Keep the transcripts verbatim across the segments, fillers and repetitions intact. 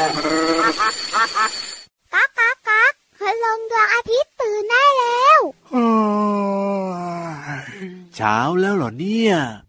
ก๊ากก๊ากก๊ากพลังดวงอาทิตย์ตื่นได้แล้วเช้าแล้วเหรอเนี่ย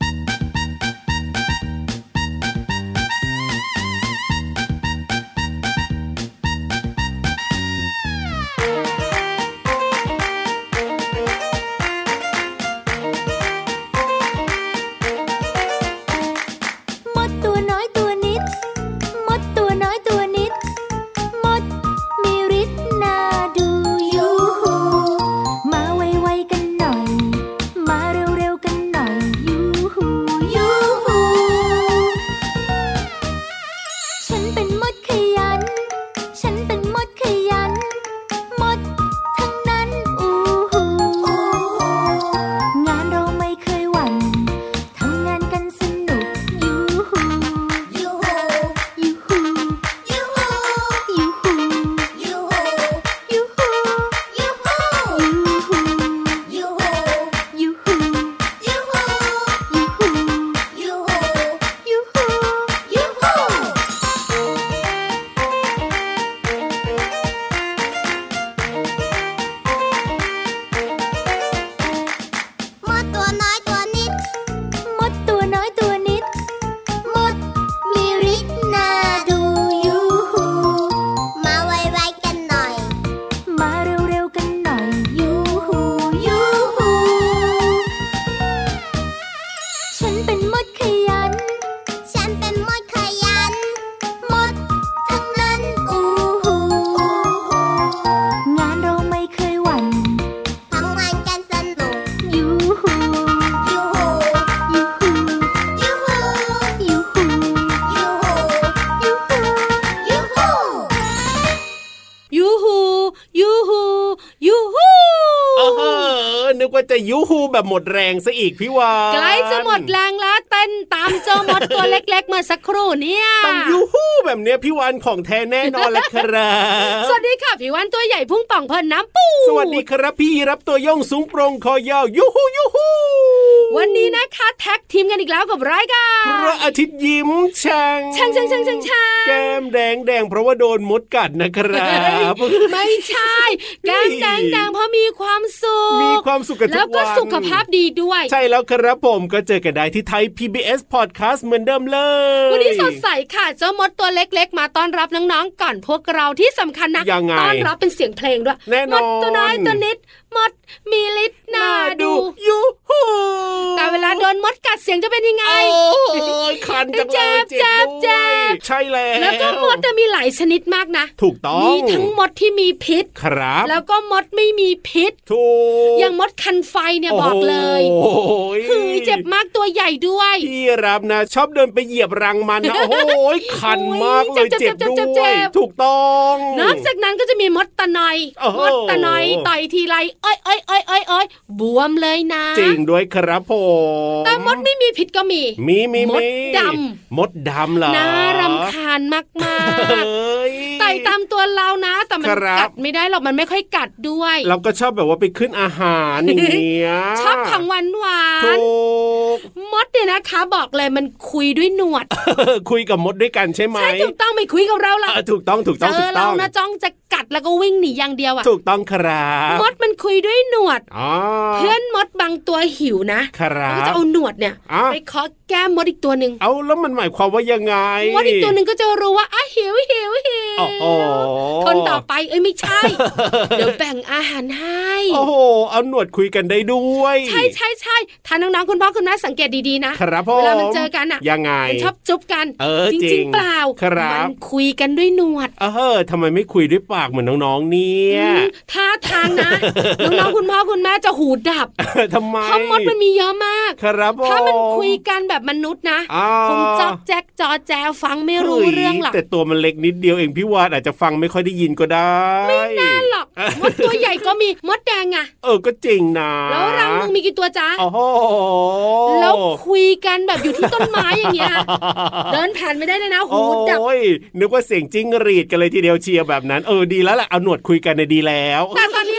ว่าจะยูฮูแบบหมดแรงซะอีกพี่วานใกล้จะหมดแรงแล้วเต้นตามเจ้ามดตัวเล็กๆเมื่อสักครู่เนี่ยต้องยูฮูแบบเนี้ยพี่วานของแท้แน่นอนแหละครับสวัสดีค่ะพี่วานตัวใหญ่พุ่งป่องเพิ่นน้ำปูสวัสดีครับพี่รับตัวย่องสูงโปร่งคอยาวยูฮูยูฮูวันนี้นะคะแท็กทีมกันอีกแล้วกับรายการพระอาทิตย์ยิ้มช่างช่างช่างช่างช่างช่างแก้มแดงแดงเพราะว่าโดนมดกัดนะครับไม่ใช่แก้มแดงแดงเพราะมีความสุขมีความสุขกันทุกวันแล้วก็สุขภาพดีด้วยใช่แล้วครับผมก็เจอกันได้ที่ไทย พี บี เอส Podcast เหมือนเดิมเลยวันนี้สดใสค่ะเจ้ามดตัวเล็กๆมาต้อนรับน้องๆก่อนพวกเราที่สำคัญนะต้อนรับเป็นเสียงเพลงด้วยมดตัวน้อยตัวนิดมดมีฤทธิ์น่าดูยูฮูแต่เวลาโดนมดกัดเสียงจะเป็นยังไงโอ้ยคันจังเลยเจ็บเจ็บใช่แล้วแล้วก็มดจะมีหลายชนิดมากนะถูกต้องมีทั้งมดที่มีพิษครับแล้วก็มดไม่มีพิษถูกอย่างมดคันไฟเนี่ยบอกเลยโอ้ยคือเจ็บมากตัวใหญ่ด้วยพี่รับนะชอบเดินไปเหยียบรังมันนะโอ้ยคันมากเลยเจ็บด้วยถูกต้องนอกจากนั้นก็จะมีมดตะนอยมดตะนอยต่อยทีไรเอ้ยเอ้ยเอ้ยเอ้ยเอ้ยบวมเลยนะจริงด้วยครับผมแต่มดไม่มีพิษก็มีมีมีมดดำมดดำเหรอน่ารำคาญมากมากไต่ตามตัวเรานะแต่มันกัดไม่ได้หรอกมันไม่ค่อยกัดด้วยเราก็ชอบแบบว่าไปขึ้นอาหารอย่างเงี้ยชอบของหวานหวานมดเนี่ยนะคะบอกเลยมันคุยด้วยหนวดคุยกับมดด้วยกันใช่ไหมใช่ถูกต้องไม่คุยกับเราหรอกถูกต้องถูกต้องถูกต้องเรานะจ้องจะกัดแล้วก็วิ่งหนีอย่างเดียวอ่ะถูกต้องครับมดมันคุยด้วยหนวดเพื่อนมดบางตัวหิวนะครับก็จะเอาหนวดเนี่ยไปเคาะแก้มมดอีกตัวนึงเอาแล้วมันหมายความว่ายังไงมดอีกตัวนึงก็จะรู้ว่าอ่ะหิวหิวหิวคนต่อไปเอ้ยไม่ใช่เดี๋ยวแบ่งอาหารให้โอ้โหเอาหนวดคุยกันได้ด้วยใช่ใช่ใช่ถ้าน้องๆคุณพ่อคุณแม่สังเกตดีๆนะครับเวลามันเจอกันอ่ะยังไงชอบจุ๊บกันจริงๆเปล่ามันคุยกันด้วยหนวดเออทำไมไม่คุยด้วยปากเหมือนน้องๆเนี่ยท่าทางนะน้องๆคุณพ่อคุณแม่จะหูดับทำไมเพราะมดมันมีเยอะมากครับถ้ามันคุยกันแบบมนุษย์นะคงจอกแจ๊กจอแจฟังไม่รู้เรื่องหรอกแต่ตัวมันเล็กนิดเดียวเองพี่วานอาจจะฟังไม่ค่อยได้ยินก็ได้ไม่แน่หรอกมดตัวใหญ่ก็มีมดแดงอะเออก็จริงนะแล้วรังนึงมีกี่ตัวจ๊ะโอ้โหแล้วคุยกันแบบอยู่ที่ต้นไม้อย่างเงี้ยเดินผ่านไม่ได้เลยนะหูดับโอ้ยนึกว่าเสียงจิ้งหรีดกันเลยทีเดียวเชียร์แบบนั้นเออดีแล้วแหละเอาหนวดคุยกันในดีแล้วแต่ตอนนี้ละก็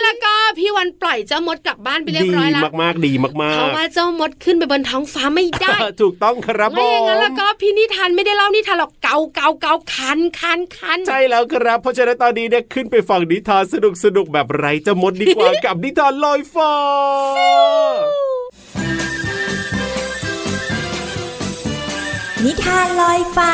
พี่วันปล่อยเจ้ามดกลับบ้านไปเรียบร้อยแล้วดีมากๆดีมากๆเพราะว่าเจ้ามดขึ้นไปบนท้องฟ้าไม่ได้ถูกต้องครับผมไม่อย่างนั้นแล้วก็พี่นิทานไม่ได้เล่านิทานหรอกเกาเกาเกาคันคันคันใช่แล้วครับเพราะฉะนั้นตอนนี้เนี่ยขึ้นไปฟังนิทานสนุกสนุกแบบไร้เจ้ามดดีกว่า กับนิทานลอยฟ้านิทานลอยฟ้า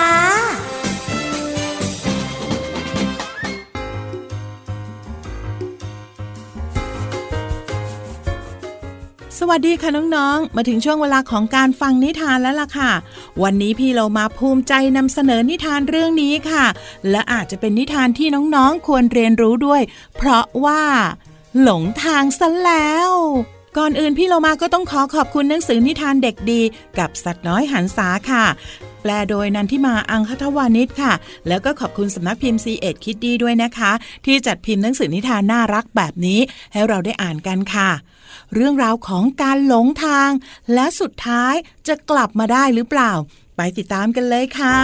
สวัสดีค่ะน้องๆมาถึงช่วงเวลาของการฟังนิทานแล้วล่ะค่ะวันนี้พี่เรามาภูมิใจนำเสนอนิทานเรื่องนี้ค่ะและอาจจะเป็นนิทานที่น้องๆควรเรียนรู้ด้วยเพราะว่าหลงทางซะแล้วก่อนอื่นพี่เรามาก็ต้องขอขอบคุณหนังสือนิทานเด็กดีกับสัตว์น้อยหันษาค่ะแปลโดยนันทิมาอังคทวานิชค่ะแล้วก็ขอบคุณสำนักพิมพ์ ซี เอ็ด Kiddie ด้วยนะคะที่จัดพิมพ์หนังสือนิทานน่ารักแบบนี้ให้เราได้อ่านกันค่ะเรื่องราวของการหลงทางและสุดท้ายจะกลับมาได้หรือเปล่าไปติดตามกันเลยค่ะ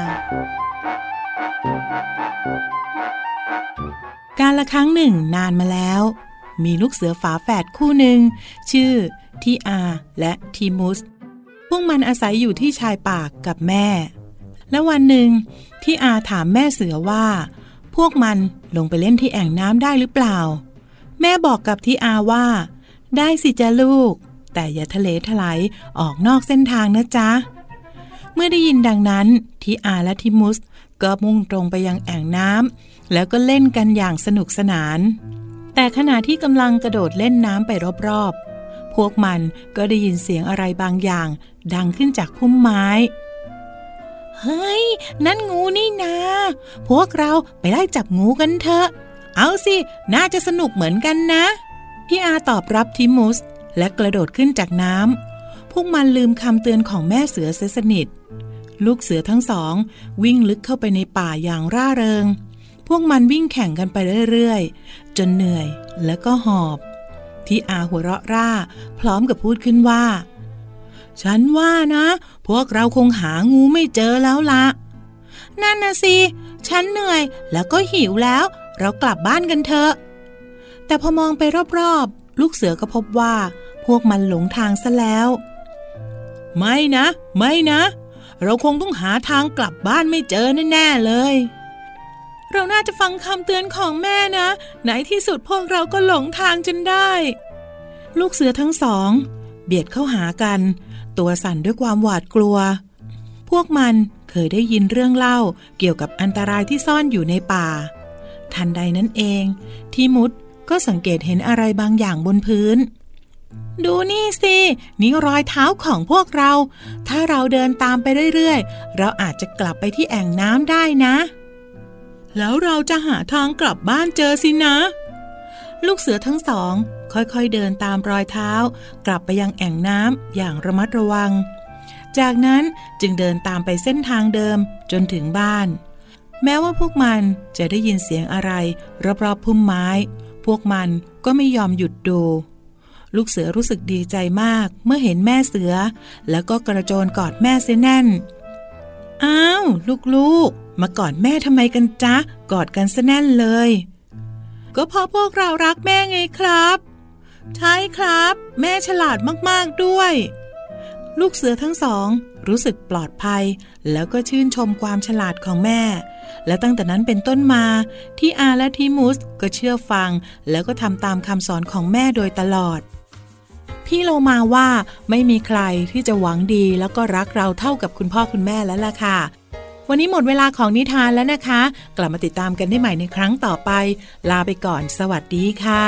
กาลครั้งหนึ่งนานมาแล้วมีลูกเสือฝาแฝดคู่หนึ่งชื่อทีอาและทีมุสพวกมันอาศัยอยู่ที่ชายป่ากับแม่และวันหนึ่งทีอาถามแม่เสือว่าพวกมันลงไปเล่นที่แอ่งน้ำได้หรือเปล่าแม่บอกกับทีอาว่าได้สิจ้ะลูกแต่อย่าทะเลถลายออกนอกเส้นทางนะจ๊ะเมื่อได้ยินดังนั้นทีอาและทีมุสก็มุ่งตรงไปยังแอ่งน้ำแล้วก็เล่นกันอย่างสนุกสนานแต่ขณะที่กำลังกระโดดเล่นน้ำไปรอบๆพวกมันก็ได้ยินเสียงอะไรบางอย่างดังขึ้นจากพุ่มไม้เฮ้ยนั่นงูนี่นาพวกเราไปไล่จับงูกันเถอะเอาสิน่าจะสนุกเหมือนกันนะพี่อาตอบรับทิมุสและกระโดดขึ้นจากน้ำพวกมันลืมคำเตือนของแม่เสือเสียสนิทลูกเสือทั้งสองวิ่งลึกเข้าไปในป่าอย่างร่าเริงพวกมันวิ่งแข่งกันไปเรื่อยๆจนเหนื่อยแล้วก็หอบที่อาหัวเราะร่าพร้อมกับพูดขึ้นว่าฉันว่านะพวกเราคงหางูไม่เจอแล้วละนั่นนะสิฉันเหนื่อยแล้วก็หิวแล้วเรากลับบ้านกันเถอะแต่พอมองไปรอบๆลูกเสือก็พบว่าพวกมันหลงทางซะแล้วไม่นะไม่นะเราคงต้องหาทางกลับบ้านไม่เจอแน่ๆเลยเราน่าจะฟังคำเตือนของแม่นะในที่สุดพวกเราก็หลงทางจนได้ลูกเสือทั้งสองเบียดเข้าหากันตัวสั่นด้วยความหวาดกลัวพวกมันเคยได้ยินเรื่องเล่าเกี่ยวกับอันตรายที่ซ่อนอยู่ในป่าทันใดนั้นเองทีมุสก็สังเกตเห็นอะไรบางอย่างบนพื้นดูนี่สินี่รอยเท้าของพวกเราถ้าเราเดินตามไปเรื่อยๆเราอาจจะกลับไปที่แอ่งน้ำได้นะแล้วเราจะหาทางกลับบ้านเจอสินะลูกเสือทั้งสองค่อยๆเดินตามรอยเท้ากลับไปยังแอ่งน้ำอย่างระมัดระวังจากนั้นจึงเดินตามไปเส้นทางเดิมจนถึงบ้านแม้ว่าพวกมันจะได้ยินเสียงอะไรรอบๆพุ่มไม้พวกมันก็ไม่ยอมหยุดดูลูกเสือรู้สึกดีใจมากเมื่อเห็นแม่เสือแล้วก็กระโจนกอดแม่เสียแน่นอ้าวลูกๆมากอดแม่ทำไมกันจ๊ะกอดกันซะแน่นเลยก็เพราะพวกเรารักแม่ไงครับใช่ครับแม่ฉลาดมากๆด้วยลูกเสือทั้งสองรู้สึกปลอดภัยแล้วก็ชื่นชมความฉลาดของแม่และตั้งแต่นั้นเป็นต้นมาที่อาและทีมุสก็เชื่อฟังแล้วก็ทำตามคำสอนของแม่โดยตลอดพี่โลมาว่าไม่มีใครที่จะหวังดีแล้วก็รักเราเท่ากับคุณพ่อคุณแม่แล้วล่ะค่ะวันนี้หมดเวลาของนิทานแล้วนะคะกลับมาติดตามกันได้ใหม่ในครั้งต่อไปลาไปก่อนสวัสดีค่ะ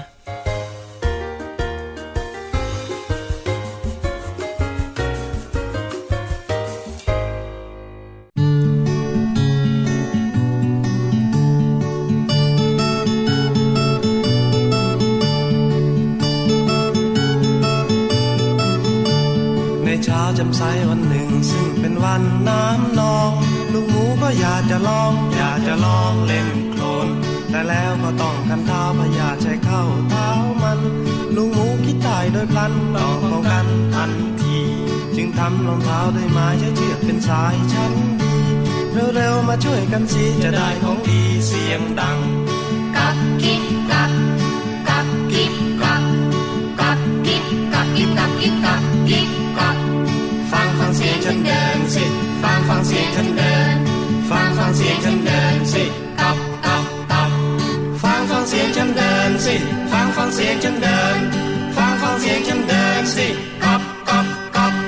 จำใสวันหนึ่งซึ่งเป็นวันน้ำนองลูกหมูก็อยากจะลองอยากจะลองเล่นโคลนแต่แล้วก็ต้องกันเท้าพยาใช้เข้าเท้ามันลูกหมูคิดตายโดยพลันต้องป้องกันทันทีจึงทำรองเท้าด้วยไม้ใช้เชือกเป็นสายชั้นดีเร็วๆมาช่วยกันสิจะได้ของดีเสียงดังกักกิ๊กกักกักกิ๊บก๊อกก๊อกกิ๊บก๊อกกิ๊บก๊อกกิ๊บก๊อกกิ๊บก๊อกฟังฟังเสียงฉันเดินสิฟังฟังเสียงฉันเดินฟังฟังเสียงฉันเดินสิก๊อกก๊อกก๊อกฟังฟังเสียงฉันเดินสิฟังฟังเสียงฉันเดินฟังฟังเสียงฉันเดินสิก๊อกก๊อกก๊อก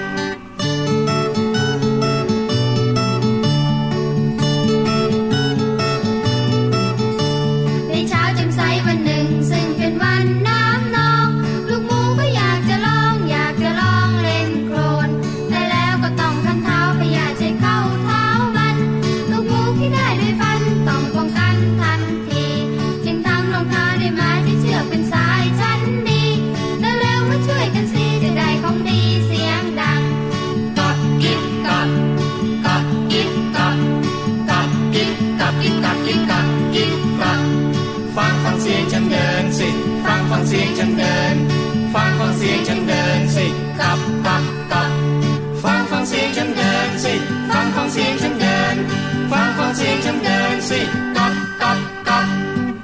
ในเช้าแจ่มใสวันหนึ่งซึ่งเป็นวันน้ำนองลูกหมูก็อยากจะลองอยากจะลองเล่นโคลนแต่แล้วก็ต้องทำเท้าพยาใจเข้าเท้ามันลูกหมูที่ได้ด้วยฟันต้องป้องกันทันทีจึงทำรองเท้าด้วยไม้ที่เชือกเป็นสายชั้นดีแล้วเร็วมาช่วยกันสิจะได้ของดีเสียงดังก๊อกกิ๊บก๊อกก๊อกกิ๊บก๊อกก๊อกกิ๊บก๊อกกิ๊บก๊อกกิ๊บก๊อกกิ๊บก๊อกฟังฟังเสียงฉันเดินสิฟังฟังเสียงฉันเดินฟังฟังเสียงฉันเดินสิก๊อกก๊อกก๊อกฟังฟังเสียงฉันเดินสิฟังฟังเสียงฉันเดินฟังฟังเสียงฉันเดินสิก๊อกก๊อกก๊อก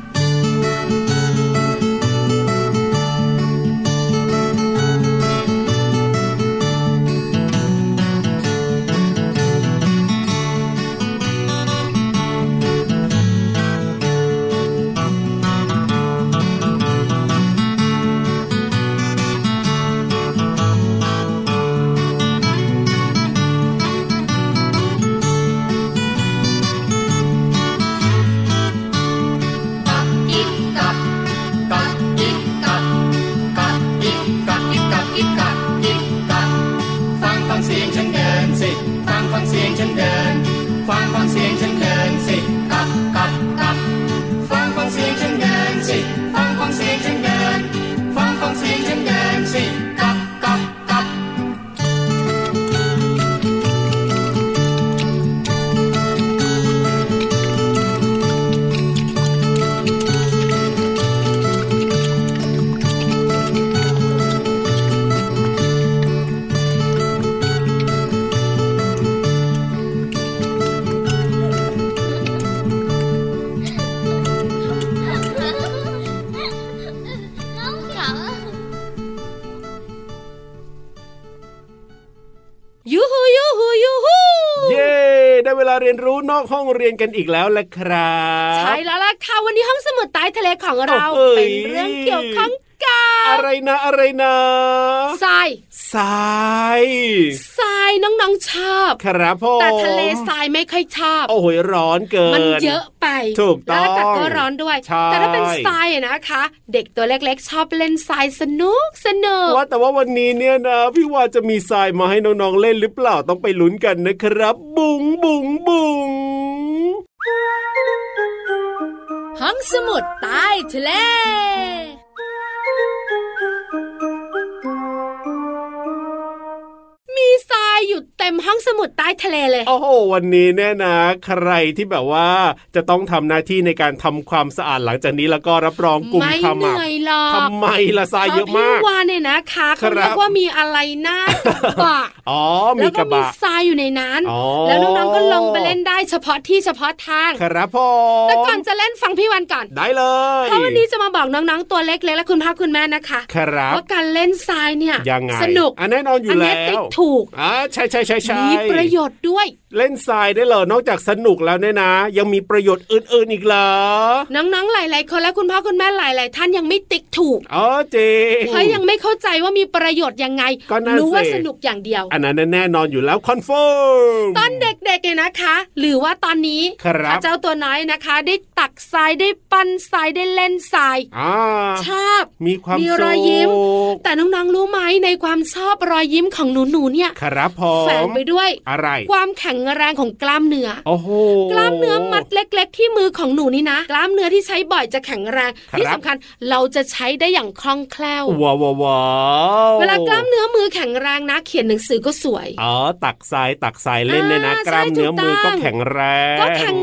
เรียนรู้นอกห้องเรียนกันอีกแล้วแหละครับใช่แล้วล่ะค่ะวันนี้ห้องสมุดใต้ทะเลของเราเป็นเรื่องเกี่ยวข้องอะไรนะอะไรนะทรายทรายทรายน้องๆชอบครับพ่อแต่ทะเลทรายไม่ค่อยชอบโอ้โหร้อนเกินมันเยอะไปถูกต้องแล้วอากาศก็ร้อนด้วยแต่ถ้าเป็นทรายนะคะเด็กตัวเล็กๆชอบเล่นทรายสนุกสนุกว่าแต่ว่าวันนี้เนี่ยนะพี่ว่าจะมีทรายมาให้น้องๆเล่นหรือเปล่าต้องไปลุ้นกันนะครับบุ๋งบุ๋งบุ๋งห้องสมุดใต้ทะเลมีทรายอยู่เต็มห้องสมุดใต้ทะเลเลยโอ้โหวันนี้เนี่ยนะใครที่แบบว่าจะต้องทำหน้าที่ในการทำความสะอาดหลังจากนี้แล้วก็รับรองกลุ่มขมับทำไมล่ะทรายเยอะมากพี่วานเนี่ยนะคะเขาเรียกว่ามีอะไรน่ากระบะอ๋อมีกระบะแล้วก็มีทรายอยู่ในนั้นแล้วน้องๆก็ลงไปเล่นได้เฉพาะที่เฉพาะทางครับพ่อแต่ก่อนจะเล่นฟังพี่วานก่อนได้เลยเพราะวันนี้จะมาบอกน้องๆตัวเล็กๆและคุณพ่อคุณแม่นะคะว่าการเล่นทรายเนี่ยสนุกอันแน่นอนอยู่แล้วอันนี้ติ๊กถูกอ่าใช่ใช่ใช่ใช่มีประโยชน์ด้วยเล่นทรายได้เหรอนอกจากสนุกแล้วเนี่ยนะยังมีประโยชน์อื่นๆอีกเหรอน้องๆหลายๆคนและคุณพ่อคุณแม่หลายๆท่านยังไม่ติ๊กถูกอ๋อจริงเพราะยังไม่เข้าใจว่ามีประโยชน์ยังไงรู้ว่าสนุกอย่างเดียวอันนั้นแน่นอนอยู่แล้วคอนเฟิร์มตอนเด็กๆเนี่ยนะคะหรือว่าตอนนี้เจ้าตัวน้อยนะคะได้ตักทรายได้ปั้นทรายได้เล่นทรายชอบมีความมีรอยยิ้มแต่น้องๆรู้ไหมในความชอบรอยยิ้มของหนูๆเนี่ยครับผมแฝงไปด้วยอะไรความแข็งแรงของกล้ามเนื้อโอ้โหกล้ามเนื้อมัดเล็กๆที่มือของหนูนี่นะกล้ามเนื้อที่ใช้บ่อยจะแข็งแรงที่สำคัญเราจะใช้ได้อย่างคล่องแคล่วว้าวว้าวเวลากล้ามเนื้อมือแข็งแรงนะเขียนหนังสือก็สวยอ๋อตักทรายตักทรายเล่นเนี่ยนะกล้ามเนื้อมือก็แข็งแรงก็แข็งแรง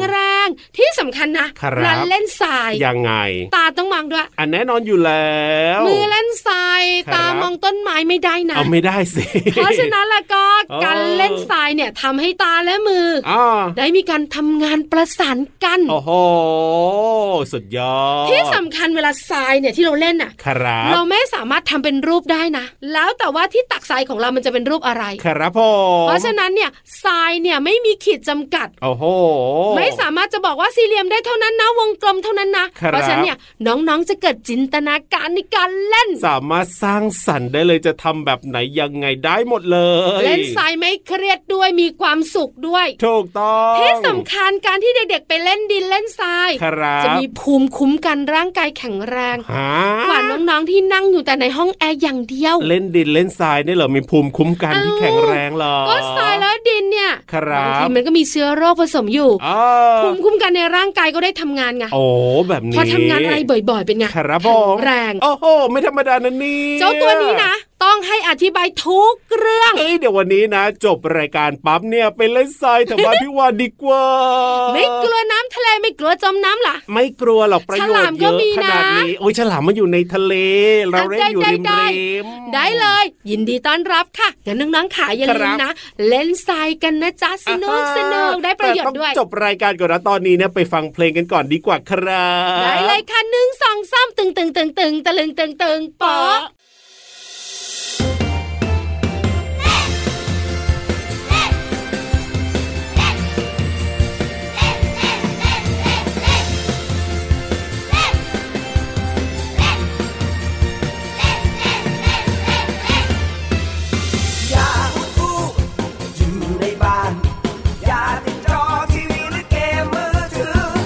งที่สำคัญนะรันเล่นทรายยังไงตาต้องมองด้วยอันแน่นอนอยู่แล้วมือเล่นทรายตามองต้นไม้ไม่ได้นะเอาไม่ได้สิเพราะฉะนั้นแล้วก็การเล่นทรายเนี่ยทำให้ตาและมือได้มีการทำงานประสานกันโอ้โหสุดยอดที่สำคัญเวลาทรายเนี่ยที่เราเล่นน่ะเราไม่สามารถทำเป็นรูปได้นะแล้วแต่ว่าที่ตักทรายของเรามันจะเป็นรูปอะไรครับผมเพราะฉะนั้นเนี่ยทรายเนี่ยไม่มีขีดจำกัดโอ้โหไม่สามารถจะบอกว่าสี่เหลี่ยมได้เท่านั้นนะวงกลมเท่านั้นนะเพราะฉะนั้นเนี่ยน้องๆจะเกิดจินตนาการในการเล่นสามารถสร้างสรรค์ได้เลยจะทำแบบไหนยังไงได้หมดเลยเล่นทรายไม่เครียดด้วยมีความสุขด้วยถูกต้องที่สำคัญการที่เด็กๆไปเล่นดินเล่นทรายจะมีภูมิคุ้มกันร่างกายแข็งแรงกว่าน้องๆที่นั่งอยู่แต่ในห้องแอร์อย่างเดียวเล่นดินเล่นทรายนี่เหรอมีภูมิคุ้มกันที่แข็งแรงเหรอก็ทรายแล้วดินเนี่ยบางทีมันก็มีเชื้อโรคผสมอยู่ภูมิคุ้มกันในร่างกายก็ได้ทำงานไงโอ้แบบนี้พอทำงานอะไรบ่อยๆเป็นไงแข็งแรงโอ้โหไม่ธรรมดานะนี่เจ้าตัวนี้นะต้องให้อธิบายทุกเรื่องเอ้ยเดี๋ยววันนี้นะจบรายการปั๊บเนี่ยไปเล่นทรายแถวบ้านพี่วานดีกว่าไม่กลัวน้ำทะเลไม่กลัวจมน้ำล่ะไม่กลัวหรอกประโยชน์เยอะขนาดนี้โอ้ยฉลามมันอยู่ในทะเลเราเล่นอยู่ริมริมได้เลยยินดีต้อนรับค่ะงั้นน้องๆขาอย่าลืมนะเล่นทรายกันนะจ๊ะสนุกสนุกได้ประโยชน์ด้วยจบรายการก่อนนะตอนนี้เนี่ยไปฟังเพลงกันก่อนดีกว่าครับได้เลยค่ะหนึ่งสองสามตึงตึงตึงตึงตะลึงตึงตึงป๊อ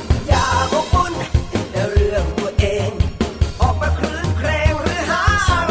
ออกมาคลื่นเพลงหรือหาอะไร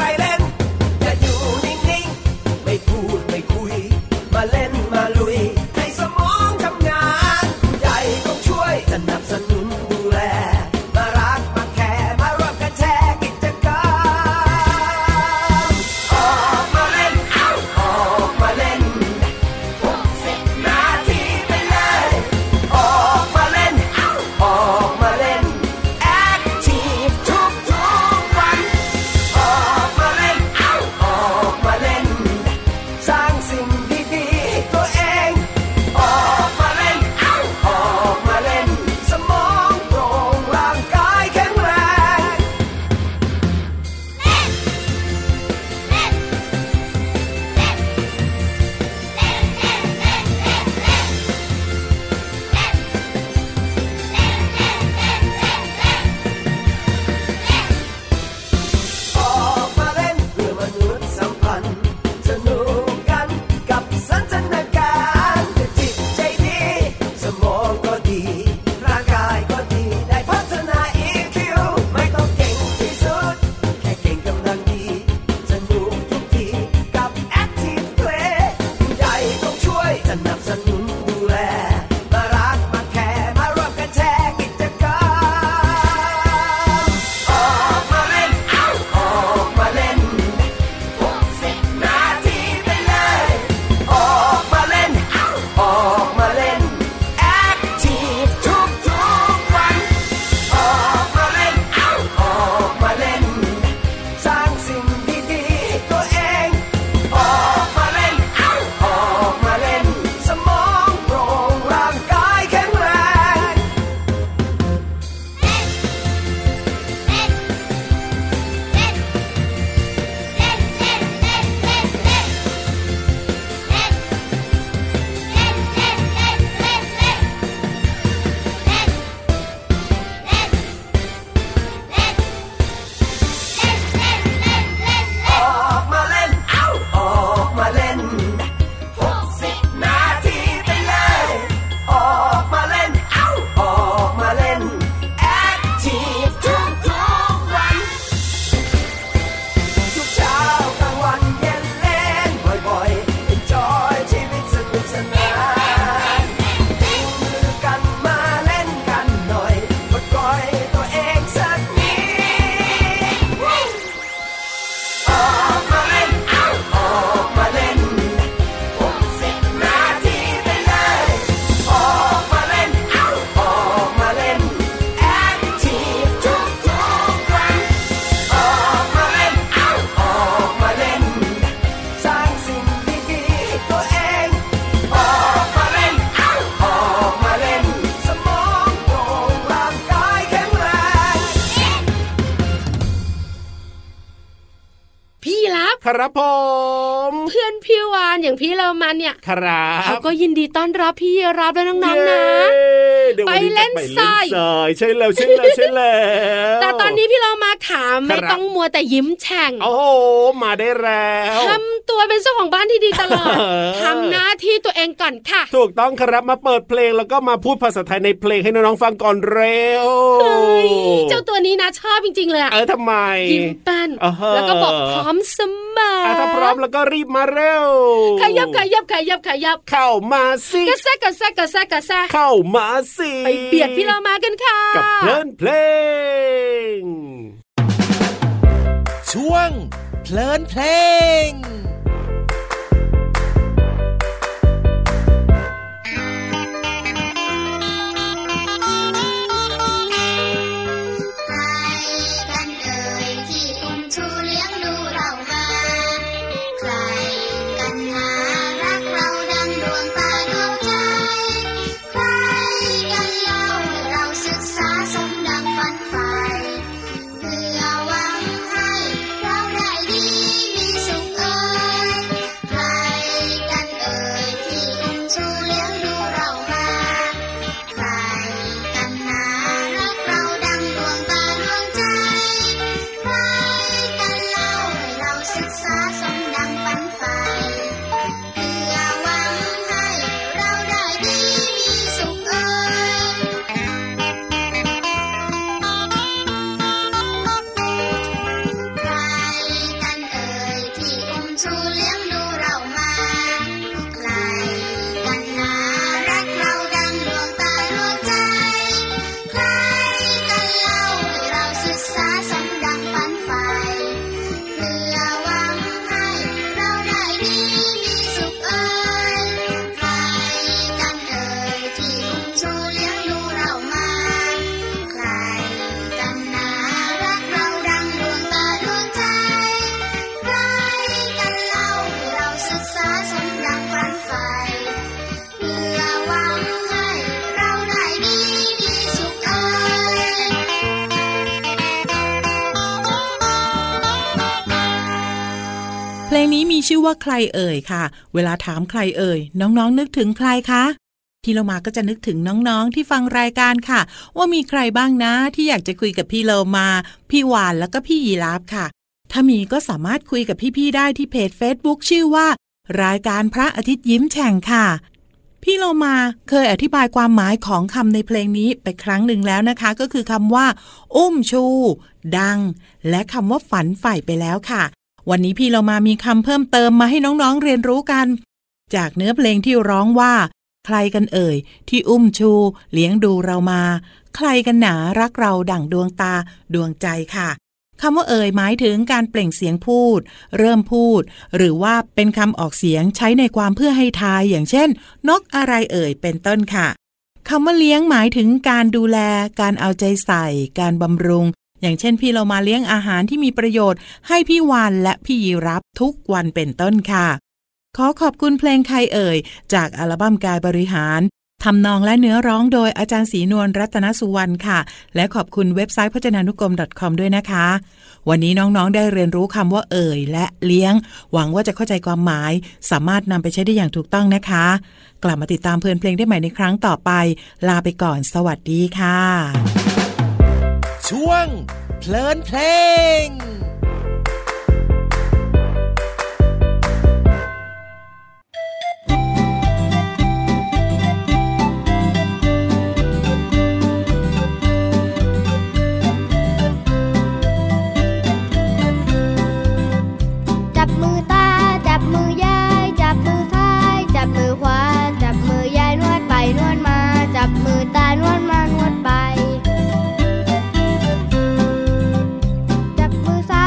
ครับผมเพื่อนพี่วานอย่างพี่เรามันเนี่ยครับเขาก็ยินดีต้อนรับพี่รับและน้องๆนะไปเล่นทรายใช่แล้วใช่แล้วใช่แล้วแต่ตอนนี้พี่เรามาถามไม่ต้องมัวแต่ยิ้มแฉ่งโอ้โหมาได้แล้วทำตัวเป็นเจ้าของบ้านที่ดีตลอดทำหน้าที่ตัวเองก่อนค่ะถูกต้องครับมาเปิดเพลงแล้วก็มาพูดภาษาไทยในเพลงให้น้องๆฟังก่อนเร็วเจ้าตัวนี้นะชอบจริงๆเลยเออทำไมยิ้มแป้นแล้วก็บอกพร้อมเสมอถ้าพร้อมแล้วก็รีบมาเร็วขยับขยับขยับขยับเข้ามาสิกระแซกระแซกระแซกระแซเข้ามาสิไปเบียดพี่เรามากันค่ะกับเพลินเพลงช่วงเพลินเพลงเพลงนี้มีชื่อว่าใครเอ่ยค่ะเวลาถามใครเอ่ยน้องๆนึกถึงใครคะพี่เรามาก็จะนึกถึงน้องๆที่ฟังรายการค่ะว่ามีใครบ้างนะที่อยากจะคุยกับพี่เรามาพี่วานแล้วก็พี่ยีราฟค่ะถ้ามีก็สามารถคุยกับพี่ๆได้ที่เพจ Facebook ชื่อว่ารายการพระอาทิตย์ยิ้มแฉ่งค่ะพี่เรามาเคยอธิบายความหมายของคำในเพลงนี้ไปครั้งหนึ่งแล้วนะคะก็คือคำว่าอุ้มชูดังและคำว่าฝันใฝ่ไปแล้วค่ะวันนี้พี่เรามามีคำเพิ่มเติมมาให้น้องๆเรียนรู้กันจากเนื้อเพลงที่ร้องว่าใครกันเอ่ยที่อุ้มชูเลี้ยงดูเรามาใครกันหนารักเราดั่งดวงตาดวงใจค่ะคำว่าเอ่ยหมายถึงการเปล่งเสียงพูดเริ่มพูดหรือว่าเป็นคำออกเสียงใช้ในความเพื่อให้ทายอย่างเช่นนกอะไรเอ่ยเป็นต้นค่ะคำว่าเลี้ยงหมายถึงการดูแลการเอาใจใส่การบำรุงอย่างเช่นพี่เรามาเลี้ยงอาหารที่มีประโยชน์ให้พี่วานและพี่ยีรับทุกวันเป็นต้นค่ะขอขอบคุณเพลงใครเอ่ยจากอัลบั้มกายบริหารทำนองและเนื้อร้องโดยอาจารย์ศรีนวลรัตนสุวรรณค่ะและขอบคุณเว็บไซต์พจนานุกรม .com ด้วยนะคะวันนี้น้องๆได้เรียนรู้คำว่าเอ่ยและเลี้ยงหวังว่าจะเข้าใจความหมายสามารถนำไปใช้ได้อย่างถูกต้องนะคะกลับมาติดตามเพลินเพลงได้ใหม่ในครั้งต่อไปลาไปก่อนสวัสดีค่ะช่วงเพลินเพลงจับมือซ้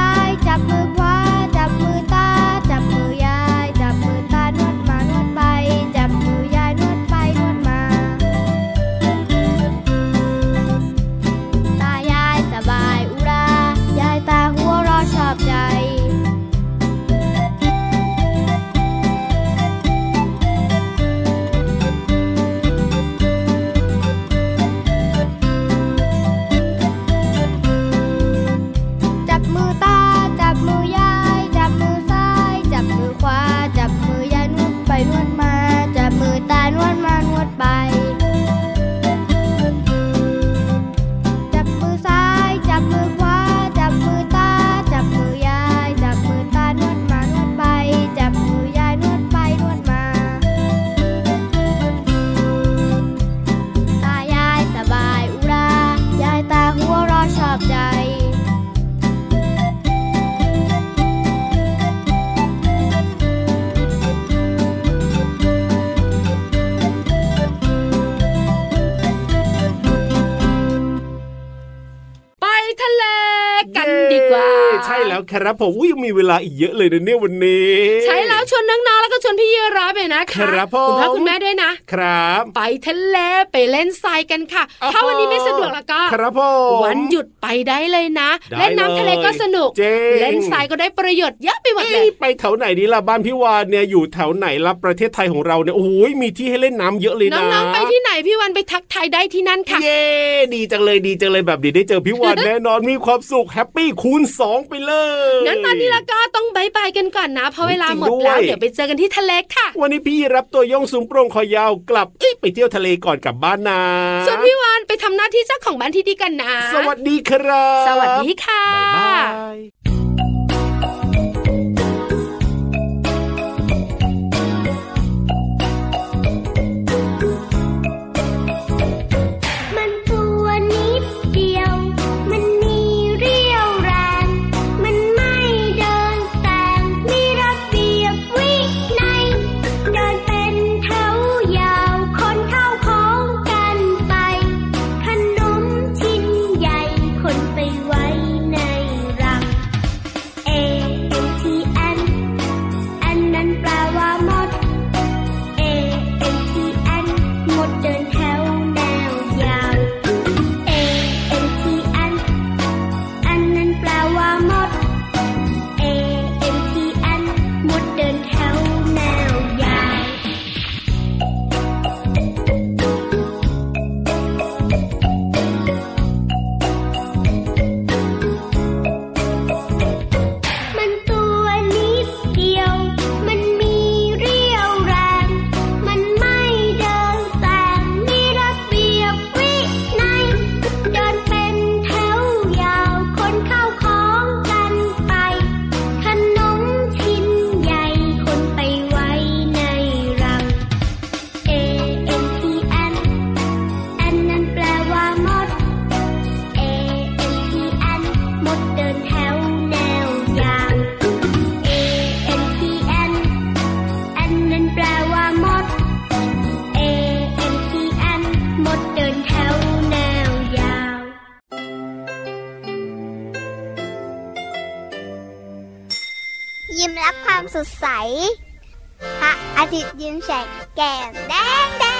ใช่แล้วครับผมอุ้ยมีเวลาอีกเยอะเลยนะเนี่ยวันนี้ใช่แล้วชวนน้องๆแล้วก็ชวนพี่ยีราฟไปนะคะครับผมคุณพ่อคุณแม่ด้วยนะครับไปทะเลไปเล่นทรายกันค่ะถ้าวันนี้ไม่สะดวกแล้วก็ครับผมวันหยุดไปได้เลยนะเล่นน้ำทะเลก็สนุกเล่นทรายก็ได้ประโยชน์เยอะไปหมดเลยไปแถวไหนดีล่ะบ้านพี่วานเนี่ยอยู่แถวไหนล่ะประเทศไทยของเราเนี่ยโอ้ยมีที่ให้เล่นน้ำเยอะเลยนะน้องๆไปที่ไหนพี่วานไปทักทายได้ที่นั่นค่ะเย้ดีจังเลยดีจังเลยแบบนี้ได้เจอพี่วานแน่นอนมีความสุขแฮปปี้คูณสองไปเลยงั้นตอนนี้ละก็ต้องบายบายกันก่อนนะเพราะเวลาหมดแล้วเดี๋ยวไปเจอกันที่ทะเลค่ะวันนี้พี่รับตัวโยงสูงโปร่งคอยาวกลับไปเที่ยวทะเลก่อนกลับบ้านนะส่วนพี่วานไปทำหน้าที่เจ้าของบ้านที่ดีกันนะสวัสดีครับสวัสดีค่ะบ๊ายบายยิ้มรับความสดใสพระอาทิตย์ยิ้มแฉกแก้มแดง